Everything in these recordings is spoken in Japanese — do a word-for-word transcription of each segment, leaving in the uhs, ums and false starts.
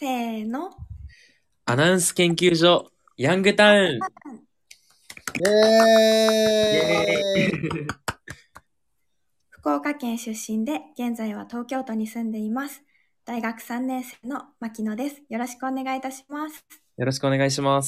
せーの。 アナウンス研究所ヤングタウン。 イエイエーイ。 ーイ福岡県出身で現在は東京都に住んでいます。大学さんねん生の牧野です。よろしくお願いいたします。 よろしくお願いします。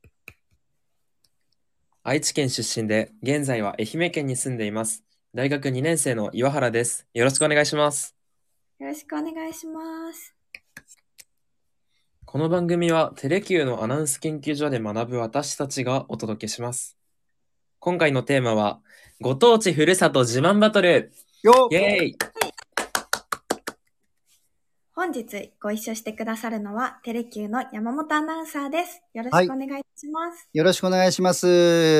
愛知県出身で現在は愛媛県に住んでいます。大学にねん生の岩原です。よろしくお願いします。 よろしくお願いします。 この番組はテレキューのアナウンス研究所で学ぶ私たちがお届けします。今回のテーマはご当地ふるさと自慢バトル。 よイエーイ。 本日ご一緒してくださるのはテレキューの山本アナウンサーです。よろしくお願いいたします。 よろしくお願いします。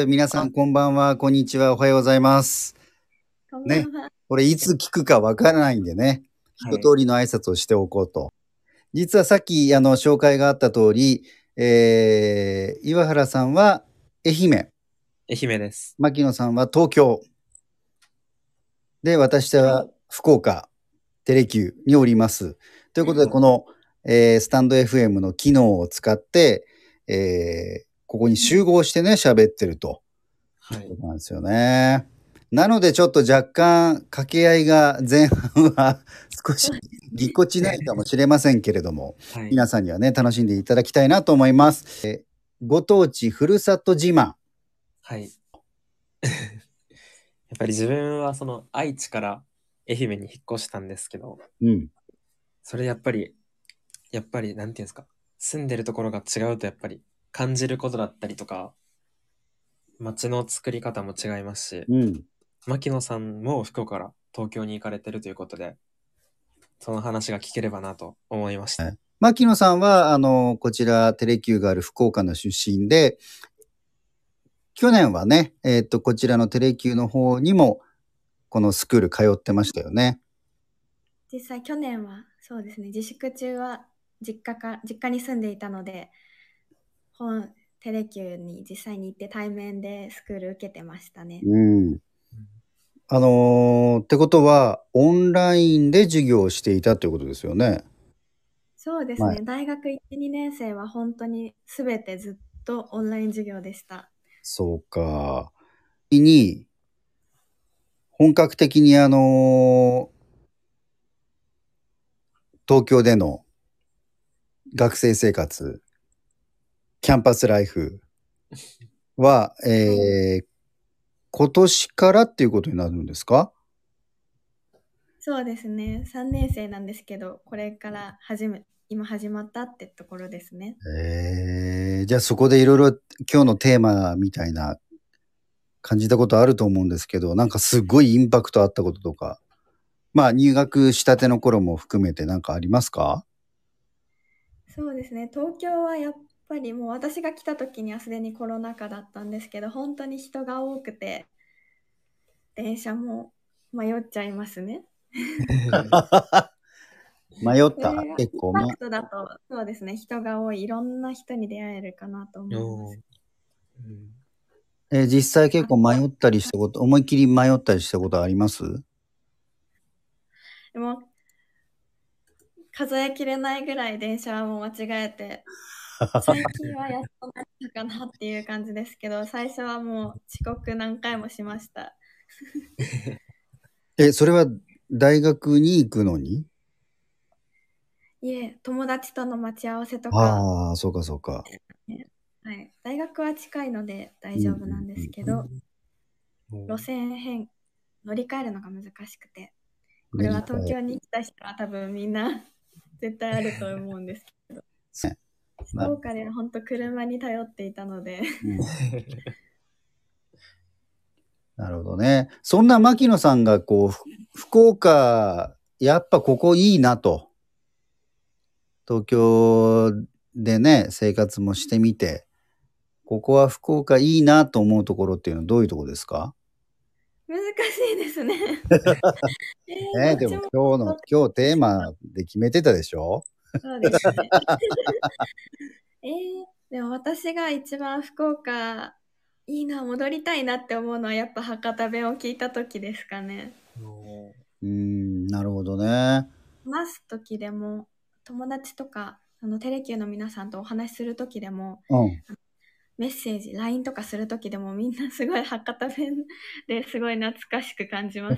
皆さんこんばんは、こんにちは、おはようございます。 こんばんは。 ね、これいつ聞くかわからないんでね、 はい一通りの挨拶をしておこうと。実はさっきあの紹介があった通り、えー、岩原さんは愛媛、 愛媛です。 牧野さんは東京。で、私は福岡、テレキューにおります。ということで、この、えースタンド エフエム の機能を使って、えーここに集合してね、喋ってると。 はい。 そうなんですよね。なのでちょっと若干掛け合いが前半は少しぎこちないかもしれませんけれども、 はい。 皆さんにはね、楽しんでいただきたいなと思います。えご当地ふるさと自慢。 はい。やっぱり自分はその愛知から愛媛に引っ越したんですけど、 うん。 それやっぱり、やっぱりなんていうんですか、住んでるところが違うとやっぱり感じることだったりとか、街の作り方も違いますし、 うん。 牧野さんも福岡から東京に行かれてるということで、その話が聞ければなと思いました。 牧野さんは、あの、こちらテレキューがある福岡の出身で、去年はね、えっと、こちらのテレキューの方にも、このスクール通ってましたよね。 実際去年はそうですね、自粛中は実家か実家に住んでいたので、本テレキューに実際に行って対面でスクール受けてましたね。 うん。あのーってことは、オンラインで授業をしていたということですよね。 そうですね、 はい大学いち、にねん生は本当にすべてずっとオンライン授業でした。 そうか。に、本格的にあのー東京での学生生活、キャンパスライフは、えー今年からっていうことになるんですか？ そうですね、さんねん生なんですけど、これから始め今始まったってところですね。 えーじゃあそこでいろいろ今日のテーマみたいな感じたことあると思うんですけど、なんかすごいインパクトあったこととか、まあ入学したての頃も含めてなんかありますか？ そうですね、東京はやっぱりもう私が来た時にはすでにコロナ禍だったんですけど、本当に人が多くて、電車も迷っちゃいますね。 迷ったそれがイン結構、ま、 パクトだと、そうですね、人が多い、いろんな人に出会えるかなと思いまおーす。 うんえー実際結構迷ったりしたこと、思いっきり迷ったりしたことあります？ でも、数えきれないぐらい電車も間違えて、最近はやっとなったかなっていう感じですけど、最初はもう遅刻何回もしました。 え、それは大学に行くのに？ いえ、友達との待ち合わせとか、 ああ、そうかそうか。 ね、はい、大学は近いので大丈夫なんですけど、 うん路線変乗り換えるのが難しくて、これは練り替え東京に来た人は多分みんな絶対あると思うんですけど、 ね福岡では本当車に頼っていたので、 うんなるほどね。そんな牧野さんがこう、ふ福岡、やっぱここいいなと。東京でね、生活もしてみて、ここは福岡いいなと思うところっていうのはどういうところですか？ 難しいですね。えー、 ね、でもどっちも今日の、今日テーマで決めてたでしょ？ そうですね。えー、でも私が一番福岡いいな、戻りたいなって思うのはやっぱ博多弁を聞いた時ですかね。 おーうーん、なるほどね。 話す時でも友達とかそのテレキューの皆さんとお話しするときでも、 うん。 メッセージ、ライン とかするときでもみんなすごい博多弁ですごい懐かしく感じます。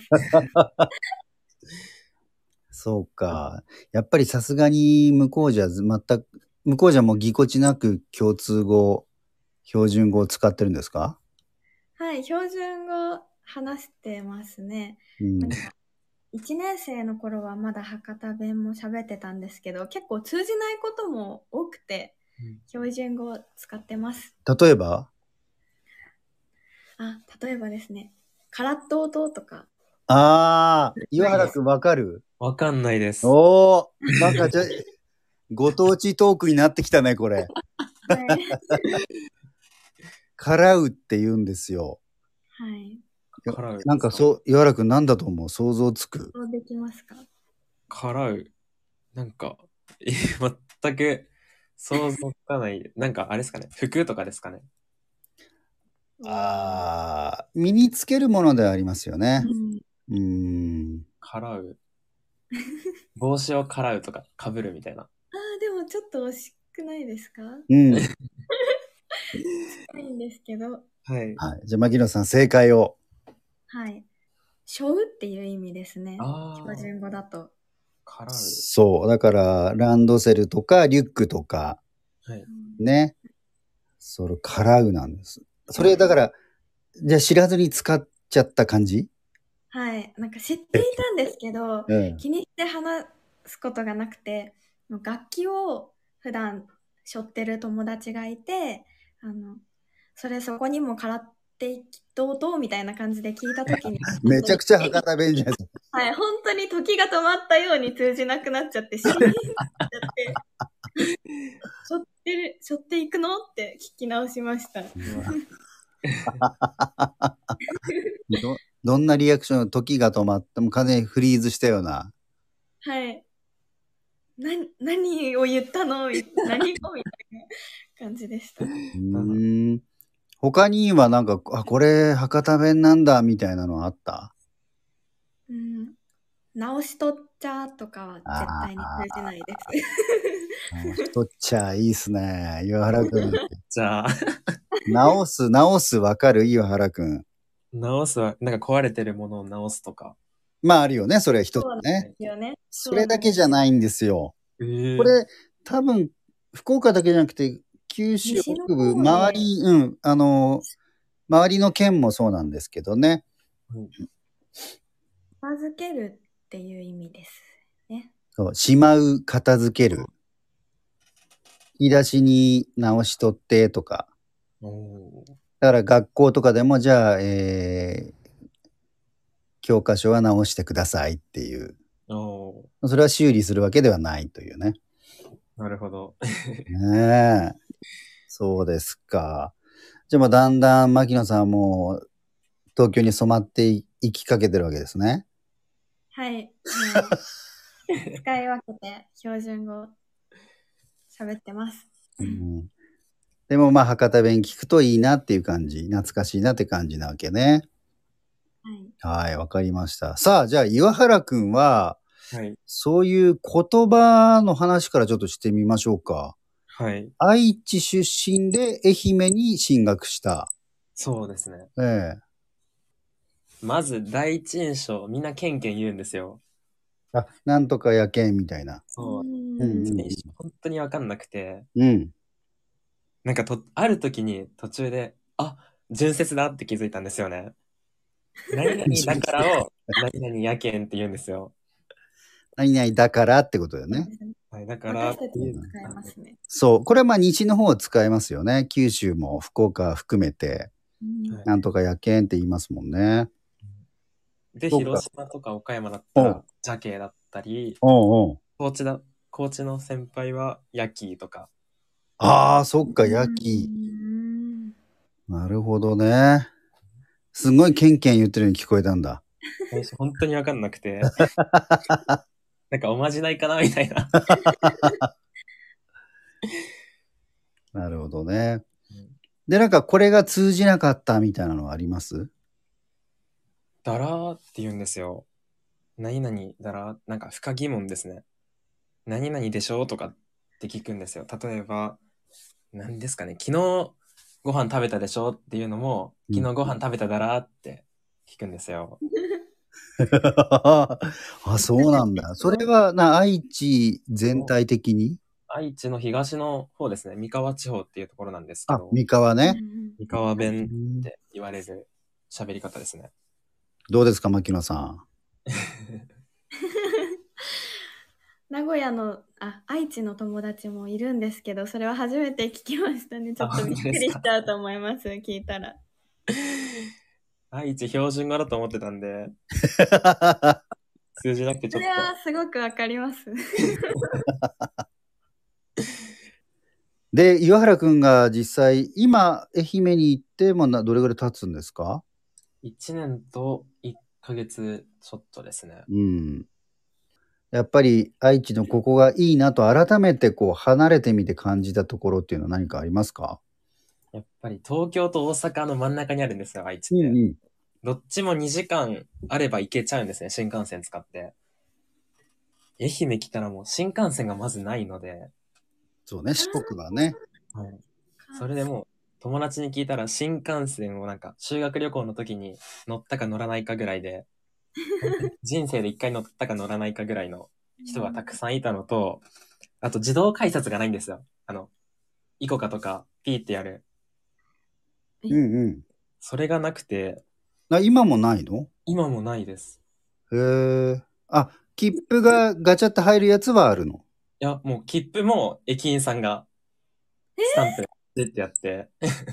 そうか。やっぱりさすがに向こうじゃず全く、向こうじゃもうぎこちなく共通語、標準語を使ってるんですか？ はい、標準語話してますね。 うんなん。かいちねん生の頃はまだ博多弁も喋ってたんですけど、結構通じないことも多くて、標準語を使ってます。 例えばあ、例えばですね、カラッと音とか。 ああ、岩原くんわかる？ わかんないです。 おー、なんかじゃ、ご当地トークになってきたね、これ。 はい。 からうって言うんですよ。 はい。 からう。 なんかそう、岩原くんなんだと思う？想像つく？ そうできますか？ からう。なんか、え全く想像つかない。なんかあれですかね。服とかですかね。 ああ、身につけるものではありますよね。 うん。 うーん。 からう。帽子をからうとか、かぶるみたいな。 あー、でもちょっと惜しくないですか？ うん。 いいんですけど。 はい。 はい。じゃあ、牧野さん、正解を。 はい。背負うっていう意味ですね。 ああ、 標準語だと。 からう。 そう。だから、ランドセルとか、リュックとか、 はい。 ね。それ、からうなんです。それ、だから、じゃあ知らずに使っちゃった感じ？ はい。なんか知っていたんですけど、 うん。 気にして話すことがなくて、もう楽器を普段背負ってる友達がいて、あの、それそこにもからっていきどうとみたいな感じで聞いたときに、 めちゃくちゃ博多弁じゃないですか。 はい、本当に時が止まったように通じなくなっちゃって、シーンってなっちゃって、背負ってる、背負っていくのって聞き直しました。 ど、どんなリアクション？時が止まっても完全にフリーズしたような。 はい。な、何を言ったのみ何をみたいな感じでした。 うーん。他にはなんか、あ、これ博多弁なんだみたいなのあった？ うん。直しとっちゃとかは絶対に通じないです。 とっちゃいいっすね。岩原くん。 じゃあ、 直す、直すわかる？岩原くん。 直すは、なんか壊れてるものを直すとか。 まああるよね。それ一つそうなんね。 ですよね。 それだけじゃないんですよ。 えー、 これ、多分、福岡だけじゃなくて、九州西の北部、 方で周り、うん、あの、周りの県もそうなんですけどね。 片付けるっていう意味ですね。 そう、しまう、片付ける。引き出しに直しとってとか。 おーだから学校とかでも、じゃあ、えー、教科書は直してくださいっていう。 おそれは修理するわけではないというね。 ーなるほど。 ねえ。そうですか。じゃあ、まあ、だんだん牧野さんも東京に染まっていきかけてるわけですね。 はい。もう使い分けて標準語喋ってます。 うん、でもまあ博多弁聞くといいなっていう感じ、懐かしいなって感じなわけね。 はい。 はい、わかりました。さあ、じゃあ岩原くんは、 はい。 そういう言葉の話からちょっとしてみましょうか。 はい。 愛知出身で愛媛に進学した。 そうですね。 ええ。 まず第一印象、みんなケンケン言うんですよ。 あ、なんとかやけんみたいな。 そう。 うんうん最初本当にわかんなくて、 うん。 なんかと、ある時に途中で、あ、純節だって気づいたんですよね。何々だからを、何々やけんって言うんですよ。 何々だからってことだよね。 はい、だからっ私たちていう。 も使えますね。 そう。これはまあ西の方を使えますよね。九州も福岡含めて、 うんはいなんとかやけんって言いますもんね。 で、 そうか広島とか岡山だったおら、ジャケだったり、 おうおう。 高知だ、高知の先輩はヤキとか。 ああ、そっか、やき。 うんなるほどね。すごいケンケン言ってるように聞こえたんだ。 最初本当にわかんなくて、なんかおまじないかなみたいな。 なるほどねうん。 で、なんかこれが通じなかったみたいなのはあります？ だらーって言うんですよ。何々だらー、なんか不可疑問ですね。何々でしょうとかって聞くんですよ。例えば、何ですかね、昨日ご飯食べたでしょっていうのも、昨日ご飯食べただらって聞くんですよ。 あ、そうなんだ。それはな、愛知全体的に？ 愛知の東の方ですね、三河地方っていうところなんですけあ、 ど、 三河ね。 三河弁うんって言われる喋り方ですね。 どうですか、牧野さん。 名古屋の、あ、愛知の友達もいるんですけど、それは初めて聞きましたね。ちょっとびっくりしちゃうと思います、聞いたら。 愛知標準語だと思ってたんで、通じなくてちそれょっと。 はすごくわかります。 で、岩原くんが実際、今、愛媛に行ってもなどれぐらい経つんですか？ いちねんといっかげつちょっとですね。 うん。やっぱり愛知のここがいいなと改めてこう離れてみて感じたところっていうのは何かありますか？ やっぱり東京と大阪の真ん中にあるんですよ、愛知って。 うんうん。 どっちもにじかんあれば行けちゃうんですね、新幹線使って。愛媛来たらもう新幹線がまずないので、 そうね、四国はね。 はい、それでもう友達に聞いたら新幹線をなんか修学旅行の時に乗ったか乗らないかぐらいで、人生で一回乗ったか乗らないかぐらいの人がたくさんいたのと、あと自動改札がないんですよ。あの、イコカとかピーってやる。 うんうん。 それがなくて、 あ、今もないの？ 今もないです。 へえ。あ、切符がガチャって入るやつはあるの？ いや、もう切符も駅員さんがスタンプでってやって、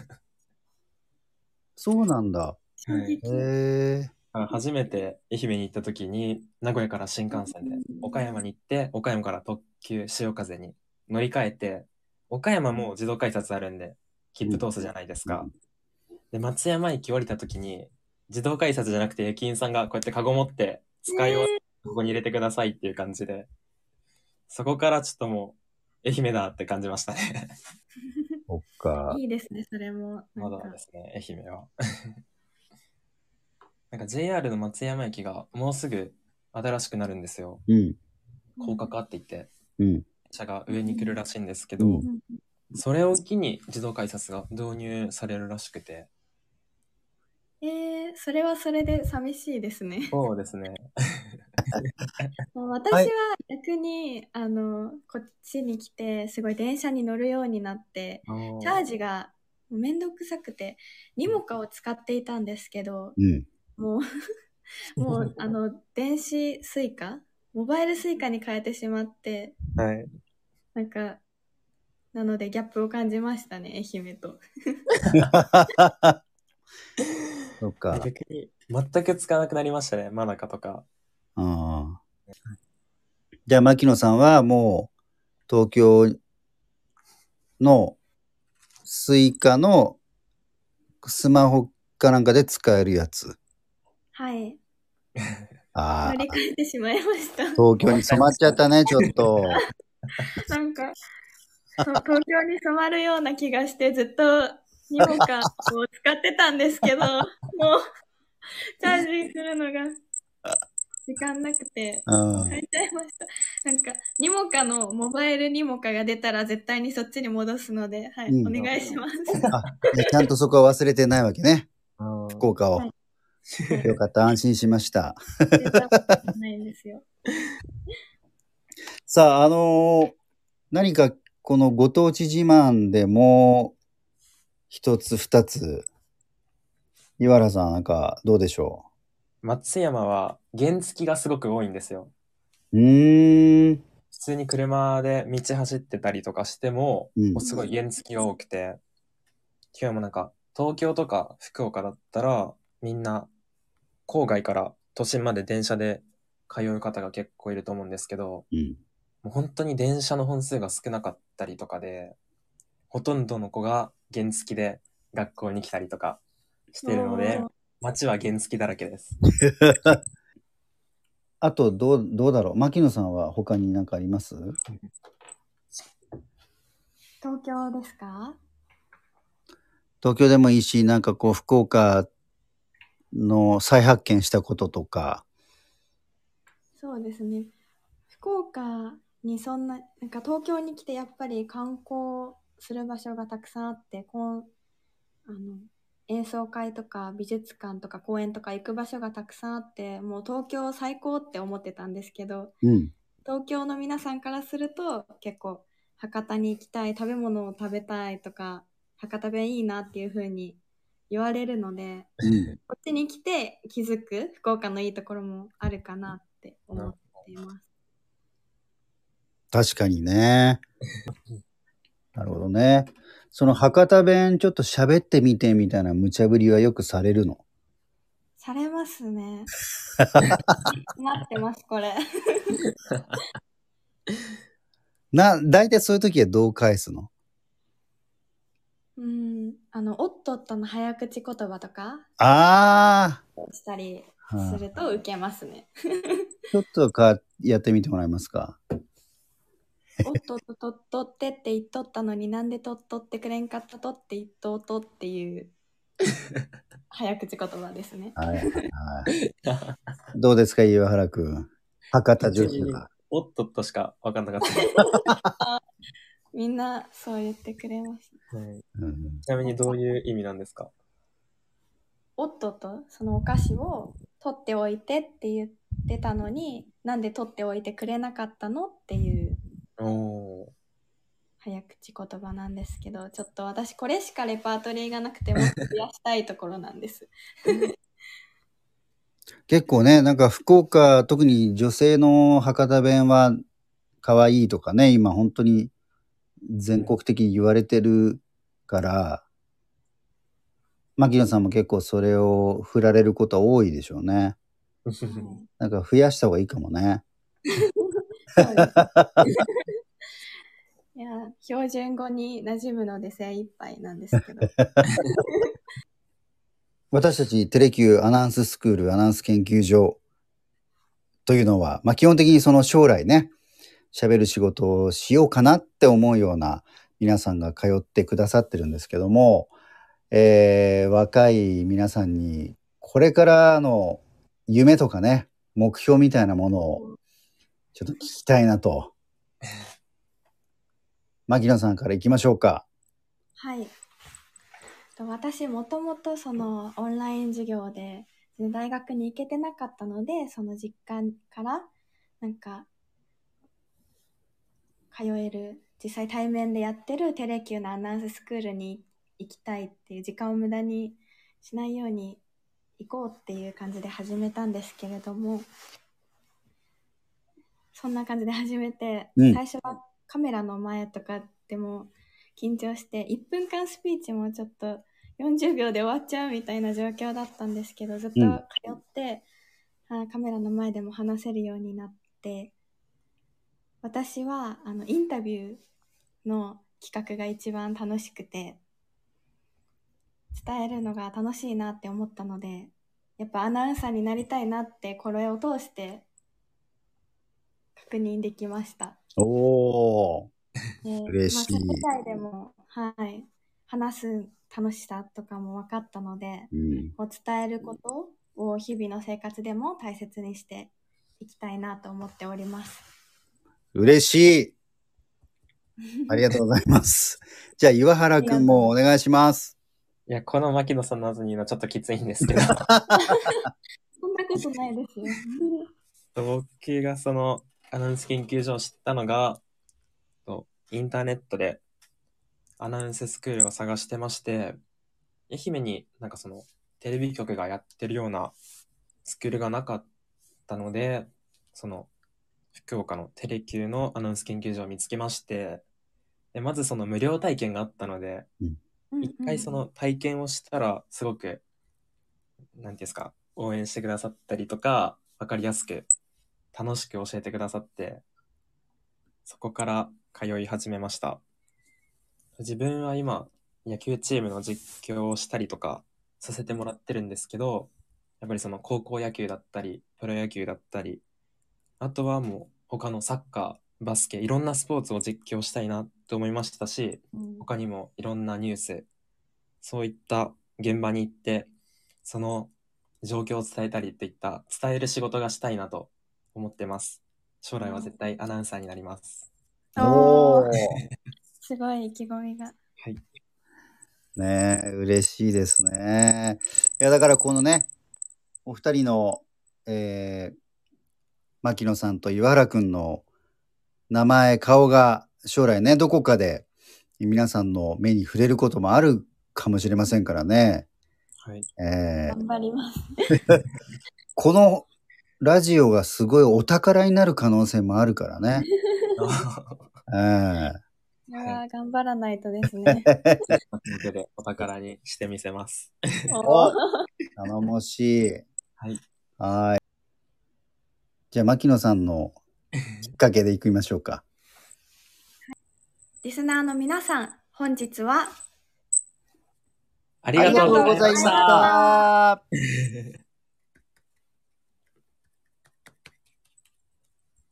そうなんだ。 はい、 へえ。 初めて愛媛に行った時に、名古屋から新幹線で岡山に行って、岡山から特急潮風に乗り換えて、岡山も自動改札あるんで、切符通すじゃないですか。で、松山駅降りた時に、自動改札じゃなくて駅員さんがこうやってカゴ持って、使い終わってここに入れてくださいっていう感じで、そこからちょっともう、愛媛だって感じましたね。 そっか。 いいですね、それも。なまだんかですね、愛媛は。なんか ジェイアール の松山駅がもうすぐ新しくなるんですよ。 うん。 高架化って言って、 うん。 車が上に来るらしいんですけど、 うんうんそれを機に自動改札が導入されるらしくて。 えー、それはそれで寂しいですね。 そうですね。 私は逆に、あの、こっちに来て、すごい電車に乗るようになって、チャージがめんどくさくて、ニモカを使っていたんですけど、 うん。 もう、もう、あの、電子スイカモバイルスイカに変えてしまって、 はい。 なんか、なのでギャップを感じましたね、愛媛と。 そっか。 逆に全く使わなくなりましたね、マナカとか。 ああ。じゃあ、牧野さんはもう、東京のスイカのスマホかなんかで使えるやつ。 はい。 ああ。 乗り換えてしまいました。 東京に染まっちゃったね、ちょっと。 なんか、そ東京に染まるような気がして、ずっとニモカを使ってたんですけど、もう、チャージするのが時間なくて、 うん変えちゃいました。なんか、ニモカのモバイルニモカが出たら絶対にそっちに戻すので、はい、 うんお願いします。 あ、ねちゃんとそこは忘れてないわけね。 うん福岡を。 はいよかった、安心しました。 出たことないんですよ。 さあ、あのー何かこのご当地自慢でもう一つ二つ、岩原さんなんかどうでしょ松山は原付がすごく多いんですよ。 う？うーん。 普通に車で道走ってたりとかしても、 うんもうすごい原付が多くて、今日もなんか東京とか福岡だったらみんな郊外から都心まで電車で通う方が結構いると思うんですけど、 うん。 もう本当に電車の本数が少なかったりとかで、ほとんどの子が原付で学校に来たりとかしてるのでおー、 街は原付だらけです。 あと、どう、どうだろう。牧野さんは他に何かあります？ 東京ですか？ 東京でもいいし、なんかこう、福岡の再発見したこととか。 そうですね。福岡にそんな、なんか東京に来てやっぱり観光する場所がたくさんあって、こうあの演奏会とか美術館とか公園とか行く場所がたくさんあって、もう東京最高って思ってたんですけど、 うん。 東京の皆さんからすると結構博多に行きたい、食べ物を食べたいとか、博多弁いいなっていう風に言われるので、 うん。 こっちに来て気づく福岡のいいところもあるかなって思っています。 確かにね。なるほどね。その博多弁ちょっと喋ってみてみたいな無茶ぶりはよくされるの？ されますね。待ってます、これ。 な、大体そういう時はどう返すの？ うん、あの、おっとっとの早口言葉とかあしたりあ、はあ、 すると受けますね。 ちょっとかやってみてもらえますか？ おっとっととっとってって言っとったのになんでとっとってくれんかったとって言っとうとっていう早口言葉ですね。 はいはいはい。どうですか、岩原くん。博多女子は。 おっとっとしか分かんなかった。 みんなそう言ってくれます。 はいうん、 ちなみにどういう意味なんですか？ おっとっと、そのお菓子を取っておいてって言ってたのに、なんで取っておいてくれなかったのっていうおー。 早口言葉なんですけど、ちょっと私これしかレパートリーがなくてもっと増やしたいところなんです。 結構ね、なんか福岡、特に女性の博多弁は可愛いとかね、今本当に全国的に言われてるから、牧野さんも結構それを振られることは多いでしょうね。なんか増やした方がいいかもね。 そうです。いや、標準語に馴染むので精一杯なんですけど。 私たちテレキューアナウンススクールアナウンス研究所というのは、まあ基本的にその将来ね、喋る仕事をしようかなって思うような皆さんが通ってくださってるんですけども、えー若い皆さんにこれからの夢とかね、目標みたいなものをちょっと聞きたいなと。牧野さんから行きましょうか。 はい。と私もともとそのオンライン授業で大学に行けてなかったので、その実感からなんか通える、実際対面でやってるテレキューのアナウンススクールに行きたいっていう、時間を無駄にしないように行こうっていう感じで始めたんですけれども、そんな感じで始めて、 うん最初はカメラの前とかでも緊張していっぷんかんスピーチもちょっとよんじゅうびょうで終わっちゃうみたいな状況だったんですけど、ずっと通って、あカメラの前でも話せるようになって、私はあのインタビューの企画が一番楽しくて、伝えるのが楽しいなって思ったので、やっぱアナウンサーになりたいなってこれを通して確認できました。 おー、 で、まあ、 嬉しい。 それ以外でも、はい、話す楽しさとかも分かったので、 うん、 こう伝えることを日々の生活でも大切にしていきたいなと思っております。 嬉しい。ありがとうございます。じゃあ岩原くんもお願いします。 いや、この牧野さんの後に言うのはちょっときついんですけど、 そんなことないですよ。 僕がそのアナウンス研究所を知ったのが、とインターネットでアナウンススクールを探してまして、愛媛になんかそのテレビ局がやってるようなスクールがなかったので、その福岡のテレキューのアナウンス研究所を見つけまして、でまずその無料体験があったので、一回その体験をしたらすごく、なんていうんですか、応援してくださったりとか、わかりやすく楽しく教えてくださって、そこから通い始めました。自分は今、野球チームの実況をしたりとかさせてもらってるんですけど、やっぱりその高校野球だったり、プロ野球だったり、あとはもう他のサッカー、バスケ、いろんなスポーツを実況したいなと思いましたし、他にもいろんなニュース、そういった現場に行って、その状況を伝えたりっていった伝える仕事がしたいなと思ってます。 将来は絶対アナウンサーになります。 おー、 おー。 すごい意気込みが。 はい。 ねえ、嬉しいですね。いや、だからこのね、お二人の、えー、牧野さんと岩原くんの名前、顔が将来ね、どこかで皆さんの目に触れることもあるかもしれませんからね。 はい。 えー、 頑張ります。 このラジオがすごいお宝になる可能性もあるからね。えーこれは頑張らないとですね。 向けでお宝にしてみせます。 おー、 頼もしい。 はい。 はい。じゃあ、牧野さんのきっかけでいきましょうか。 リスナーの皆さん、本日はありがとうございましありがとうございました。 た。